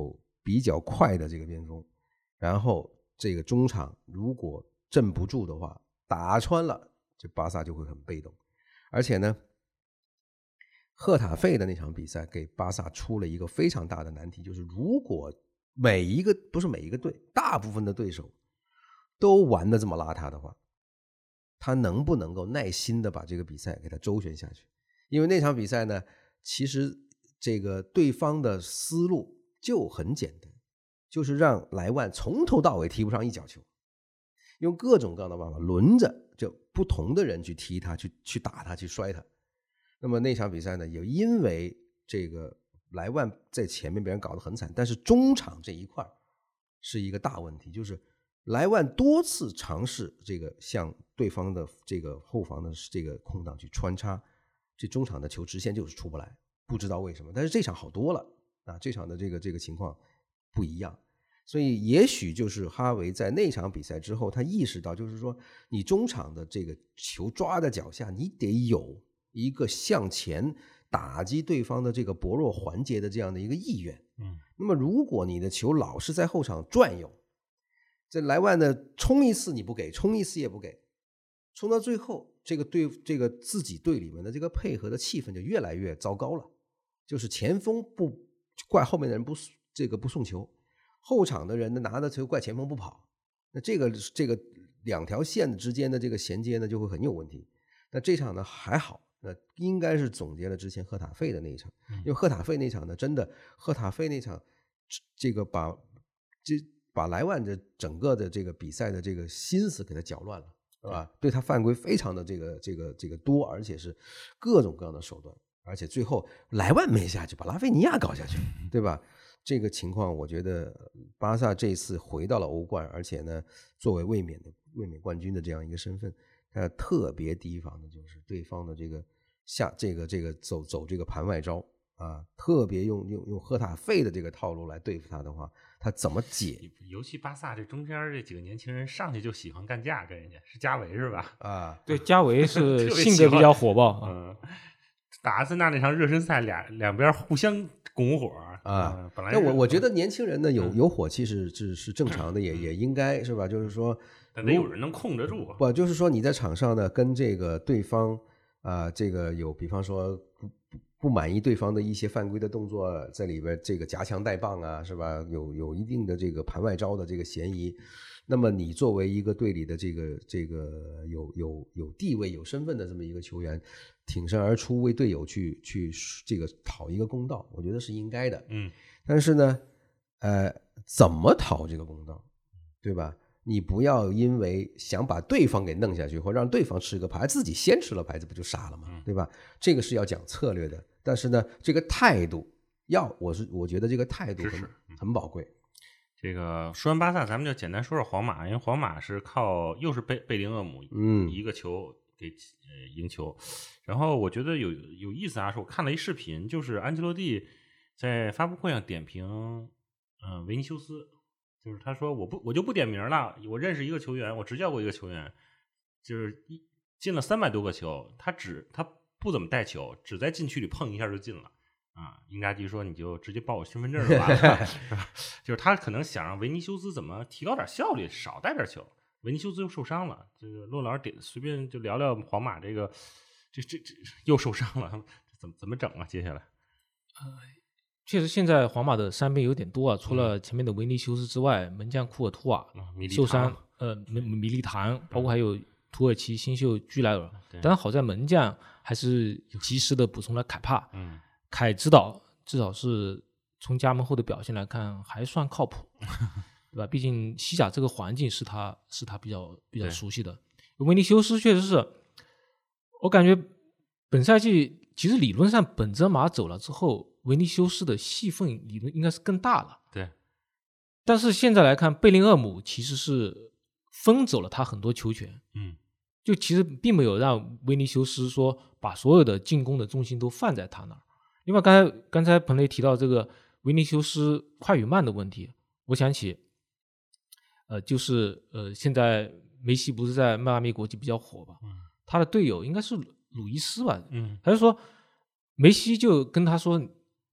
比较快的这个边锋，然后这个中场如果镇不住的话，打穿了，这巴萨就会很被动。而且呢，赫塔费的那场比赛给巴萨出了一个非常大的难题，就是如果不是每一个队，大部分的对手都玩的这么邋遢的话，他能不能够耐心的把这个比赛给他周旋下去？因为那场比赛呢，其实这个对方的思路就很简单，就是让莱万从头到尾踢不上一脚球，用各种各样的办法轮着就不同的人去踢他，去打他，去摔他。那么那场比赛呢，也因为这个莱万在前面被人搞得很惨，但是中场这一块是一个大问题，就是莱万多次尝试这个向对方的这个后防的这个空档去穿插，这中场的球直线就是出不来，不知道为什么。但是这场好多了啊，这场的这个情况不一样。所以也许就是哈维在那场比赛之后，他意识到，就是说你中场的这个球抓在脚下，你得有一个向前打击对方的这个薄弱环节的这样的一个意愿。那么如果你的球老是在后场转悠，这莱万的冲一次你不给，冲一次也不给，冲到最后，这个自己队里面的这个配合的气氛就越来越糟糕了。就是前锋不怪后面的人不送球，后场的人呢拿着球怪前锋不跑，那这个两条线之间的这个衔接呢就会很有问题。那这场呢还好，那应该是总结了之前赫塔费的那一场，因为赫塔费那场呢，真的赫塔费那场这个把莱万的整个的这个比赛的这个心思给他搅乱了，是吧？对他犯规非常的这个多，而且是各种各样的手段，而且最后莱万没下去，把拉菲尼亚搞下去，对吧？这个情况，我觉得巴萨这次回到了欧冠，而且呢，作为卫冕冠军的这样一个身份，他特别提防的就是对方的这个走这个盘外招啊，特别用赫塔费的这个套路来对付他的话，他怎么解？ 尤其巴萨这中间这几个年轻人上去就喜欢干架，跟人家是加维是吧？ 啊， 对，加维是性格比较火爆。 打阿森纳那场热身赛，两边互相拱火啊。 本来但我觉得年轻人呢有火气是正常的，也应该是吧？就是说， 但得有人能控得住。 不，就是说你在场上呢，跟这个对方这个有，比方说不满意对方的一些犯规的动作，在里边这个夹枪带棒啊，是吧？有一定的这个盘外招的这个嫌疑。那么你作为一个队里的这个有地位有身份的这么一个球员，挺身而出为队友去这个讨一个公道，我觉得是应该的。但是呢，怎么讨这个公道，对吧？你不要因为想把对方给弄下去，或让对方吃个牌，自己先吃了牌子，不就傻了吗？对吧？这个是要讲策略的。但是呢，这个态度我觉得这个态度很宝贵。 这个说完巴萨，咱们就简单说说皇马，因为皇马是靠又是贝林厄姆一个球给赢球。然后我觉得有意思啊，是我看了一视频，就是安切洛蒂在发布会上点评维尼修斯，就是他说我就不点名了，我认识一个球员，我执教过一个球员，就是进了300多个球，他不怎么带球，只在禁区里碰一下就进了。英扎吉说你就直接报我身份证了吧就是他可能想让维尼修斯怎么提高点效率，少带点球。维尼修斯又受伤了，这个骆老师随便就聊聊皇马这个这又受伤了，怎么整啊？接下来确实现在皇马的伤病有点多啊，除了前面的维尼修斯之外，门将库尔图瓦受伤，米利唐，包括还有土耳其新秀居莱尔。当然好在门将还是及时的补充了凯帕。凯指导至少是从加盟后的表现来看还算靠谱，对吧？毕竟西甲这个环境是他比较熟悉的。维尼修斯确实是，我感觉本赛季其实理论上本泽马走了之后，维尼修斯的戏份理论应该是更大了。 对， 但是现在来看，贝林厄姆其实是分走了他很多球权。就其实并没有让维尼修斯说把所有的进攻的重心都放在他那儿。另外刚才彭雷提到这个维尼修斯快与慢的问题，我想起就是现在梅西不是在迈阿密国际比较火吧，他的队友应该是鲁伊斯吧，他就说梅西就跟他说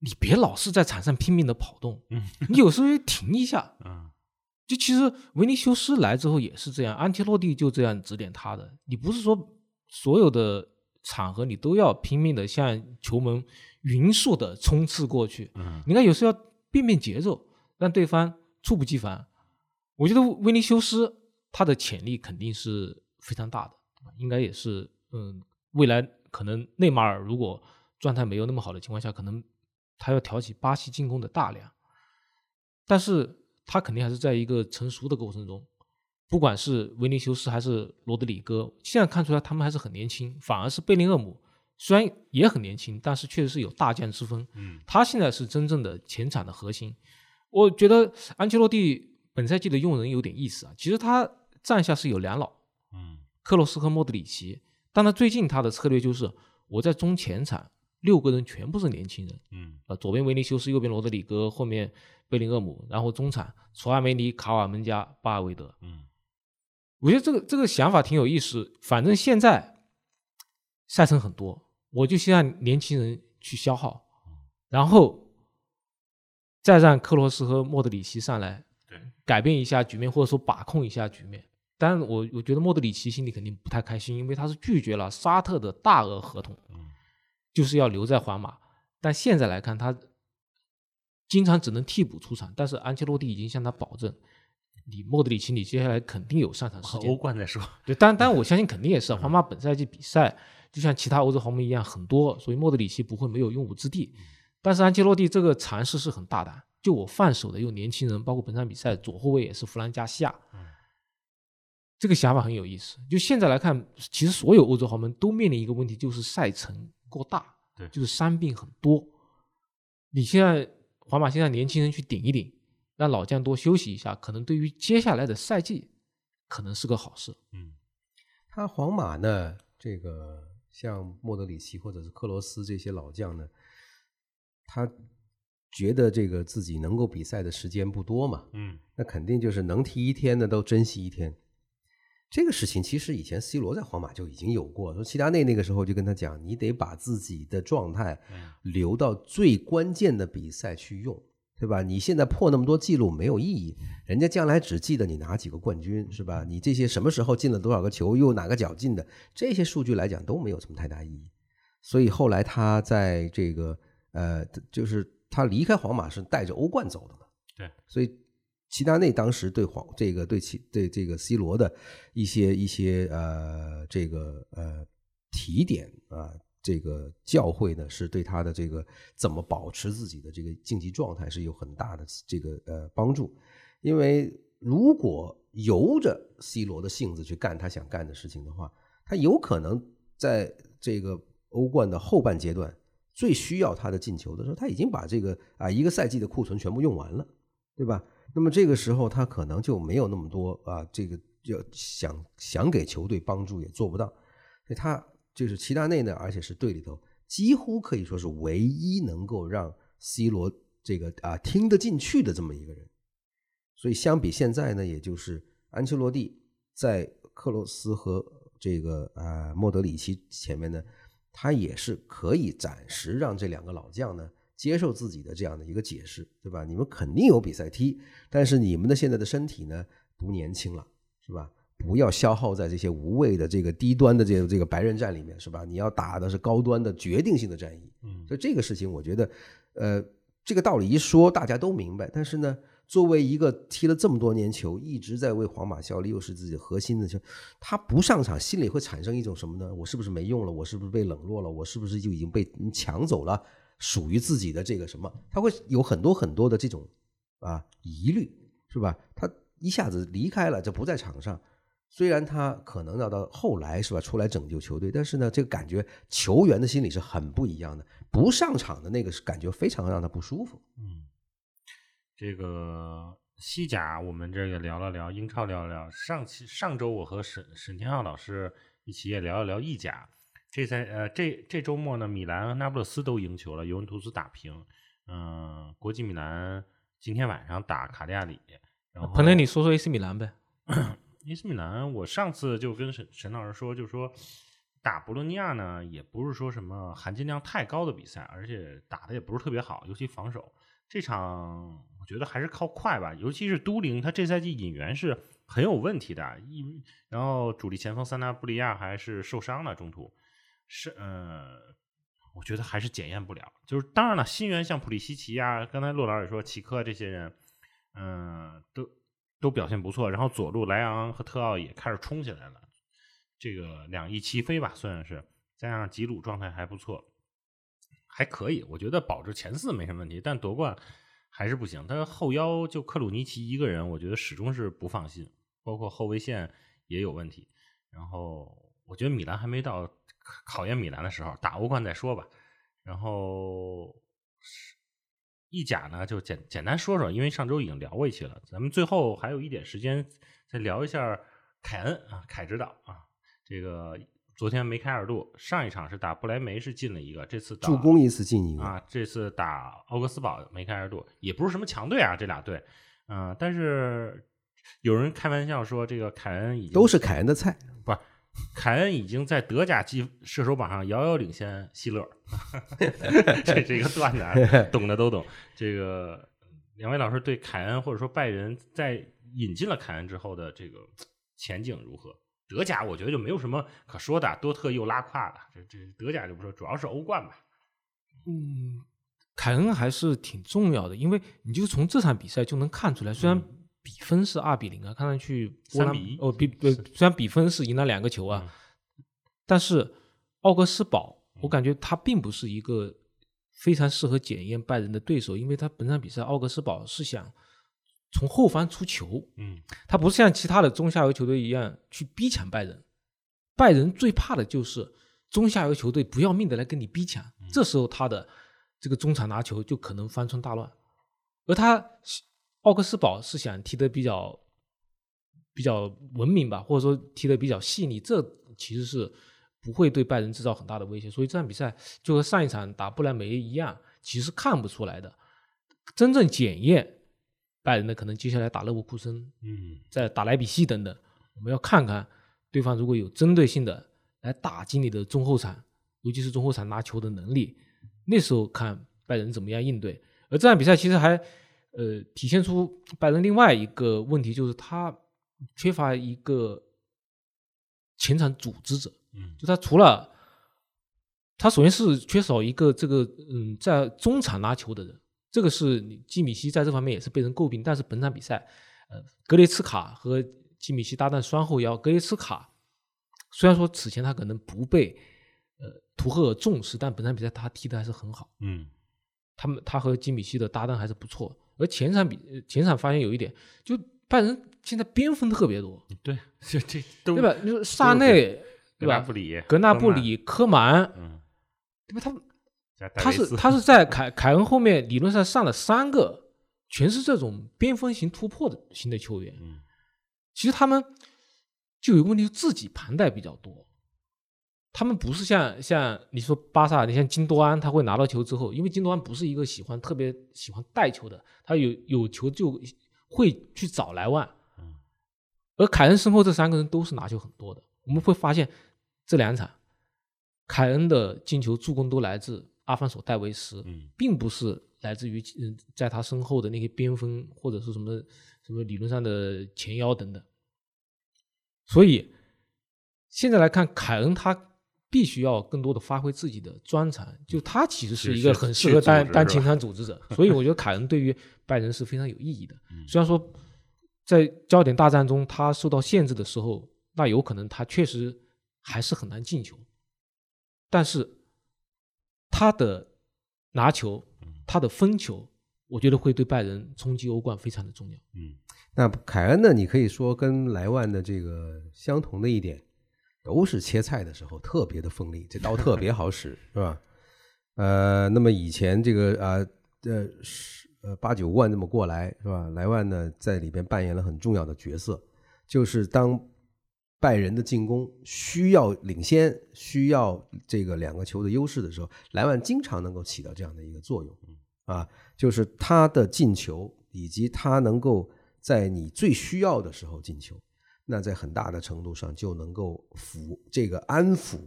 你别老是在场上拼命的跑动，你有时候停一下。就其实维尼修斯来之后也是这样，安切洛蒂就这样指点他的。你不是说所有的场合你都要拼命的向球门匀速的冲刺过去，你看有时候要变变节奏，让对方猝不及防。我觉得维尼修斯他的潜力肯定是非常大的，应该也是未来可能内马尔如果状态没有那么好的情况下，可能他要挑起巴西进攻的大梁，但是他肯定还是在一个成熟的过程中。不管是维尼修斯还是罗德里戈，现在看出来他们还是很年轻，反而是贝林厄姆虽然也很年轻，但是确实是有大将之分。他现在是真正的前场的核心。我觉得安切洛蒂本赛季的用人有点意思啊，其实他帐下是有两老，克罗斯和莫德里奇，但他最近他的策略就是我在中前场6个人全部是年轻人，左边维尼修斯，右边罗德里戈，后面贝林厄姆，然后中场楚阿梅尼、卡瓦门加、巴尔韦德。我觉得这个想法挺有意思。反正现在赛程很多，我就先让年轻人去消耗，然后再让克罗斯和莫德里奇上来，改变一下局面，或者说把控一下局面。当然我觉得莫德里奇心里肯定不太开心，因为他是拒绝了沙特的大额合同，就是要留在皇马。但现在来看，他经常只能替补出场，但是安切洛蒂已经向他保证，你莫德里奇你接下来肯定有上场时间。 欧冠再说。 对，当然我相信肯定也是，皇马本赛季比赛就像其他欧洲豪门一样很多，所以莫德里奇不会没有用武之地。但是安切洛蒂这个尝试是很大胆，就我放手的用年轻人，包括本场比赛左后卫也是弗兰加西亚，这个想法很有意思。就现在来看，其实所有欧洲豪门都面临一个问题，就是赛程过大，就是伤病很多。你现在皇马现在年轻人去顶一顶，让老将多休息一下，可能对于接下来的赛季可能是个好事。 他皇马呢，这个像莫德里奇或者是克罗斯这些老将呢，他觉得这个自己能够比赛的时间不多嘛，那肯定就是能踢一天的都珍惜一天。这个事情其实以前 C 罗在皇马就已经有过，说齐达内那个时候就跟他讲，你得把自己的状态留到最关键的比赛去用，对吧？你现在破那么多记录没有意义，人家将来只记得你拿几个冠军，是吧？你这些什么时候进了多少个球，又哪个脚进的，这些数据来讲都没有什么太大意义。所以后来他在这个就是他离开皇马是带着欧冠走的嘛， 对， 所以齐达内当时对这个 C 罗的一些提点啊，这个教诲呢，是对他的这个怎么保持自己的这个竞技状态是有很大的这个帮助。因为如果由着 C 罗的性子去干他想干的事情的话，他有可能在这个欧冠的后半阶段最需要他的进球的时候，他已经把这个一个赛季的库存全部用完了，对吧？那么这个时候他可能就没有那么多这个要想给球队帮助也做不到。所以他就是齐达内呢，而且是队里头几乎可以说是唯一能够让 C 罗这个听得进去的这么一个人。所以相比现在呢，也就是安切洛蒂在克罗斯和这个莫德里奇前面呢，他也是可以暂时让这两个老将呢接受自己的这样的一个解释，对吧？你们肯定有比赛踢，但是你们的现在的身体呢不年轻了，是吧？不要消耗在这些无谓的这个低端的这个白刃战里面，是吧？你要打的是高端的决定性的战役。所以这个事情我觉得这个道理一说大家都明白，但是呢，作为一个踢了这么多年球，一直在为皇马效力，又是自己的核心的球，他不上场心里会产生一种什么呢？我是不是没用了？我是不是被冷落了？我是不是就已经被抢走了属于自己的这个什么？他会有很多很多的这种疑虑，是吧？他一下子离开了，就不在场上，虽然他可能要到后来是吧出来拯救球队，但是呢，这个感觉球员的心理是很不一样的，不上场的那个感觉非常让他不舒服。 这个西甲我们这个聊了聊，英超聊了聊，上周我和沈天浩老师一起也聊了聊意甲。这周末呢，米兰和那不勒斯都赢球了，尤文图斯打平。国际米兰今天晚上打卡利亚里。然后彭磊，你说说 AC 米兰呗。 AC 米兰，我上次就跟沈老师说，就说打博洛尼亚呢，也不是说什么含金量太高的比赛，而且打的也不是特别好，尤其防守。这场我觉得还是靠快吧，尤其是都灵，他这赛季引援是很有问题的，然后主力前锋桑纳布利亚还是受伤了，中途是我觉得还是检验不了。就是当然了，新援像普利西奇啊，刚才骆老也说齐科这些人，都表现不错，然后左路莱昂和特奥也开始冲起来了，这个两翼齐飞吧，算是，加上吉鲁状态还不错，还可以，我觉得保持前4没什么问题，但夺冠还是不行。他后腰就克鲁尼奇一个人，我觉得始终是不放心，包括后卫线也有问题。然后我觉得米兰还没到考验米兰的时候，打欧冠再说吧。然后意甲呢，就简单说说，因为上周已经聊过一期了，咱们最后还有一点时间再聊一下凯恩啊，凯指导啊，这个。昨天梅开二度，上一场是打不莱梅是进了一个，这次打助攻一次进一个啊，这次打奥格斯堡梅开二度，也不是什么强队啊，这俩队，但是有人开玩笑说这个凯恩已经都是凯恩的菜， 不，凯恩已经在德甲射手榜上遥遥领先希勒，这个段子懂的都懂。这个两位老师对凯恩或者说拜仁在引进了凯恩之后的这个前景如何？德甲我觉得就没有什么可说的，多特又拉胯了，这德甲就不说，主要是欧冠吧。 凯恩还是挺重要的，因为你就从这场比赛就能看出来，虽然比分是2-0啊，看上去 3比1 虽然比分是赢了2个球啊，但是奥格斯堡我感觉他并不是一个非常适合检验拜仁的对手，因为他本场比赛奥格斯堡是想从后方出球，他不是像其他的中下游球队一样去逼抢拜仁。拜仁最怕的就是中下游球队不要命的来跟你逼抢，这时候他的这个中场拿球就可能翻春大乱。而他奥格斯堡是想踢得比较文明吧，或者说踢得比较细腻，这其实是不会对拜仁制造很大的威胁。所以这场比赛就和上一场打不莱梅一样，其实看不出来的。真正检验拜仁的可能接下来打勒沃库森，再打莱比锡等等，我们要看看对方如果有针对性的来打击你的中后场，尤其是中后场拿球的能力，那时候看拜仁怎么样应对。而这场比赛其实还体现出拜仁另外一个问题，就是他缺乏一个前场组织者，就他除了他首先是缺少一个这个在中场拿球的人。这个是基米希在这方面也是被人诟病，但是本场比赛，格列茨卡和基米希搭档双后腰，格列茨卡虽然说此前他可能不被图赫尔重视，但本场比赛他踢得还是很好。他和基米希的搭档还是不错。而前场发现有一点，就拜仁现在边锋特别多， 对，这对吧？就是萨内，对吧？格纳布里、科曼，对吧？他是在凯恩后面理论上上了3个，全是这种边锋型突破的型的球员。其实他们就有个问题，自己盘带比较多。他们不是像你说巴萨，你像金多安，他会拿到球之后，因为金多安不是一个特别喜欢带球的，他有球就会去找莱万。而凯恩身后这3个人都是拿球很多的。我们会发现这2场，凯恩的进球助攻都来自阿方索戴维斯，并不是来自于在他身后的那些边锋或者是什么理论上的前腰等等。所以现在来看，凯恩他必须要更多的发挥自己的专长，就他其实是一个很适合当前场组织者，所以我觉得凯恩对于拜仁是非常有意义的。虽然说在焦点大战中他受到限制的时候，那有可能他确实还是很难进球，但是他的拿球，他的分球，我觉得会对拜仁冲击欧冠非常的重要。 那凯恩呢？你可以说跟莱万的这个相同的一点，都是切菜的时候特别的锋利，这刀特别好使，是吧？那么以前这个8、9冠这么过来，是吧？莱万呢在里边扮演了很重要的角色，就是当拜仁的进攻需要领先，需要这个2个球的优势的时候，莱万经常能够起到这样的一个作用就是他的进球以及他能够在你最需要的时候进球，那在很大的程度上就能够安抚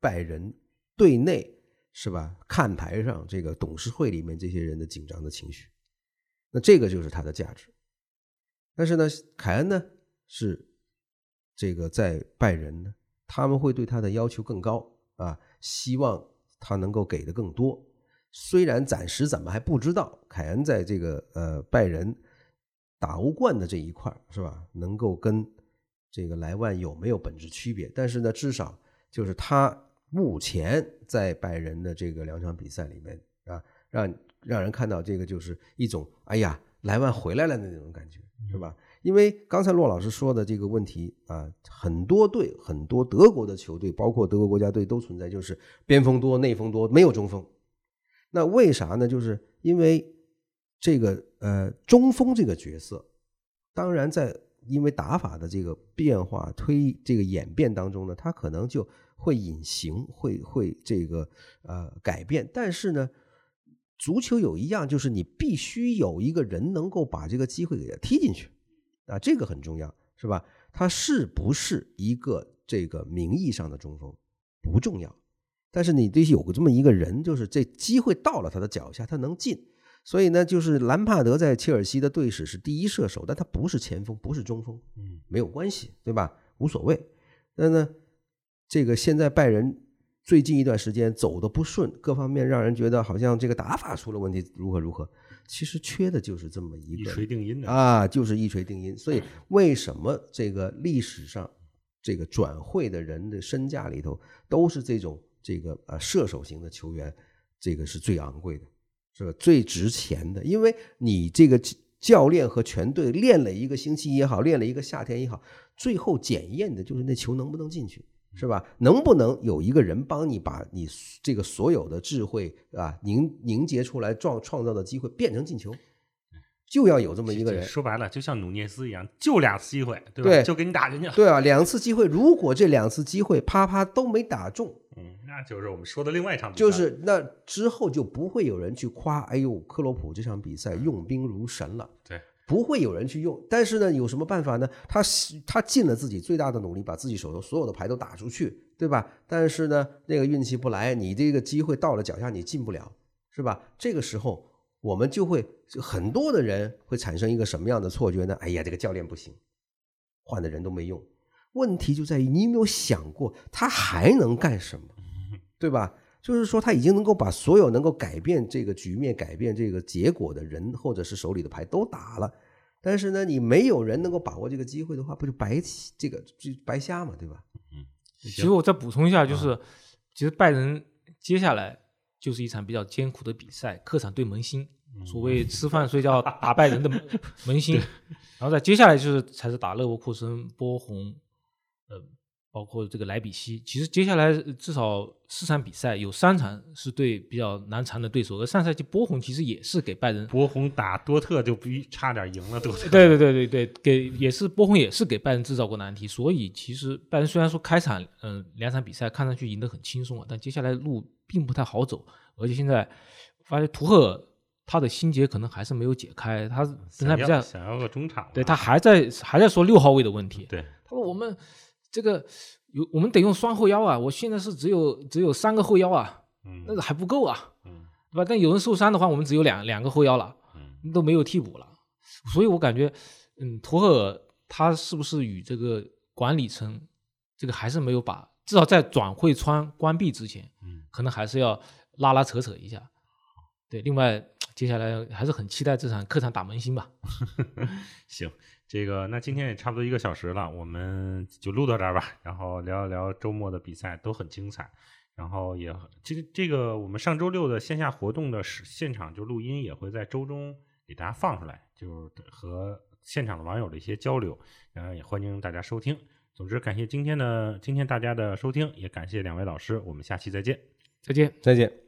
拜仁队内是吧看台上这个董事会里面这些人的紧张的情绪，那这个就是他的价值。但是呢，凯恩呢是这个在拜仁呢，他们会对他的要求更高啊，希望他能够给的更多。虽然暂时咱们还不知道凯恩在这个拜仁打欧冠的这一块是吧，能够跟这个莱万有没有本质区别，但是呢，至少就是他目前在拜仁的这个2场比赛里面啊，让人看到这个就是一种哎呀莱万回来了的那种感觉，是吧？因为刚才骆老师说的这个问题啊，很多队很多德国的球队，包括德国国家队都存在，就是边锋多内锋多，没有中锋。那为啥呢？就是因为这个中锋这个角色，当然在因为打法的这个变化这个演变当中呢，它可能就会隐形，会这个改变。但是呢，足球有一样，就是你必须有一个人能够把这个机会给他踢进去啊，这个很重要，是吧？他是不是一个这个名义上的中锋不重要，但是你得有个这么一个人，就是这机会到了他的脚下，他能进。所以呢，就是兰帕德在切尔西的队史是第一射手，但他不是前锋，不是中锋，没有关系，对吧？无所谓。那呢，这个现在拜仁最近一段时间走的不顺，各方面让人觉得好像这个打法出了问题，如何，其实缺的就是这么一锤定音的啊，就是一锤定音。所以为什么这个历史上这个转会的人的身价里头都是这种这个射手型的球员，这个是最昂贵的，是吧？最值钱的，因为你这个教练和全队练了一个星期也好，练了一个夏天也好，最后检验的就是那球能不能进去，是吧？能不能有一个人帮你把你这个所有的智慧啊凝结出来创造的机会变成进球，就要有这么一个人。 说白了，就像努涅斯一样，就2次机会，对吧？对，就给你打进去了。 对啊，2次机会，如果这2次机会啪都没打中， 那就是我们说的另外一场比赛。 就是那之后就不会有人去夸，哎呦，克洛普这场比赛用兵如神了。 对， 不会有人去用。但是呢，有什么办法呢？他尽了自己最大的努力，把自己手头所有的牌都打出去，对吧？但是呢，那个运气不来，你这个机会到了脚下，你进不了，是吧？这个时候，我们就会很多的人会产生一个什么样的错觉呢？哎呀，这个教练不行，换的人都没用。问题就在于你有没有想过，他还能干什么，对吧？就是说他已经能够把所有能够改变这个局面、改变这个结果的人或者是手里的牌都打了，但是呢，你没有人能够把握这个机会的话，不就白瞎嘛，对吧？ 其实我再补充一下，就是其实拜仁接下来就是一场比较艰苦的比赛，客场对门兴，所谓吃饭睡觉打拜仁的门兴，然后在接下来才是打勒沃库森、波鸿，包括这个莱比锡。其实接下来至少4场比赛有3场是对比较难缠的对手，而上赛季波鸿其实也是给拜仁， 波鸿打多特就差点赢了多特。 对，波鸿也是给拜仁制造过难题。所以其实拜仁虽然说开场2场比赛看上去赢得很轻松，但接下来路并不太好走，而且现在发现图赫尔他的心结可能还是没有解开，他本场比赛想要个中场， 对，他还在说6号位的问题。 对， 他说我们这个我们得用双后腰啊，我现在是只有3个后腰啊，那个还不够啊，对吧？但有人受伤的话，我们只有两个后腰了，都没有替补了。所以我感觉，图赫尔他是不是与这个管理层这个还是没有把，至少在转会窗关闭之前，可能还是要拉扯一下。对，另外接下来还是很期待这场客场打门兴吧。 行，这个那今天也差不多1个小时了，我们就录到这儿吧，然后聊一聊周末的比赛都很精彩，然后也其实这个我们上周6的线下活动的现场就录音也会在周中给大家放出来，就是和现场的网友的一些交流，然后也欢迎大家收听。总之感谢今天大家的收听，也感谢2位老师，我们下期再见。 再见。 再见。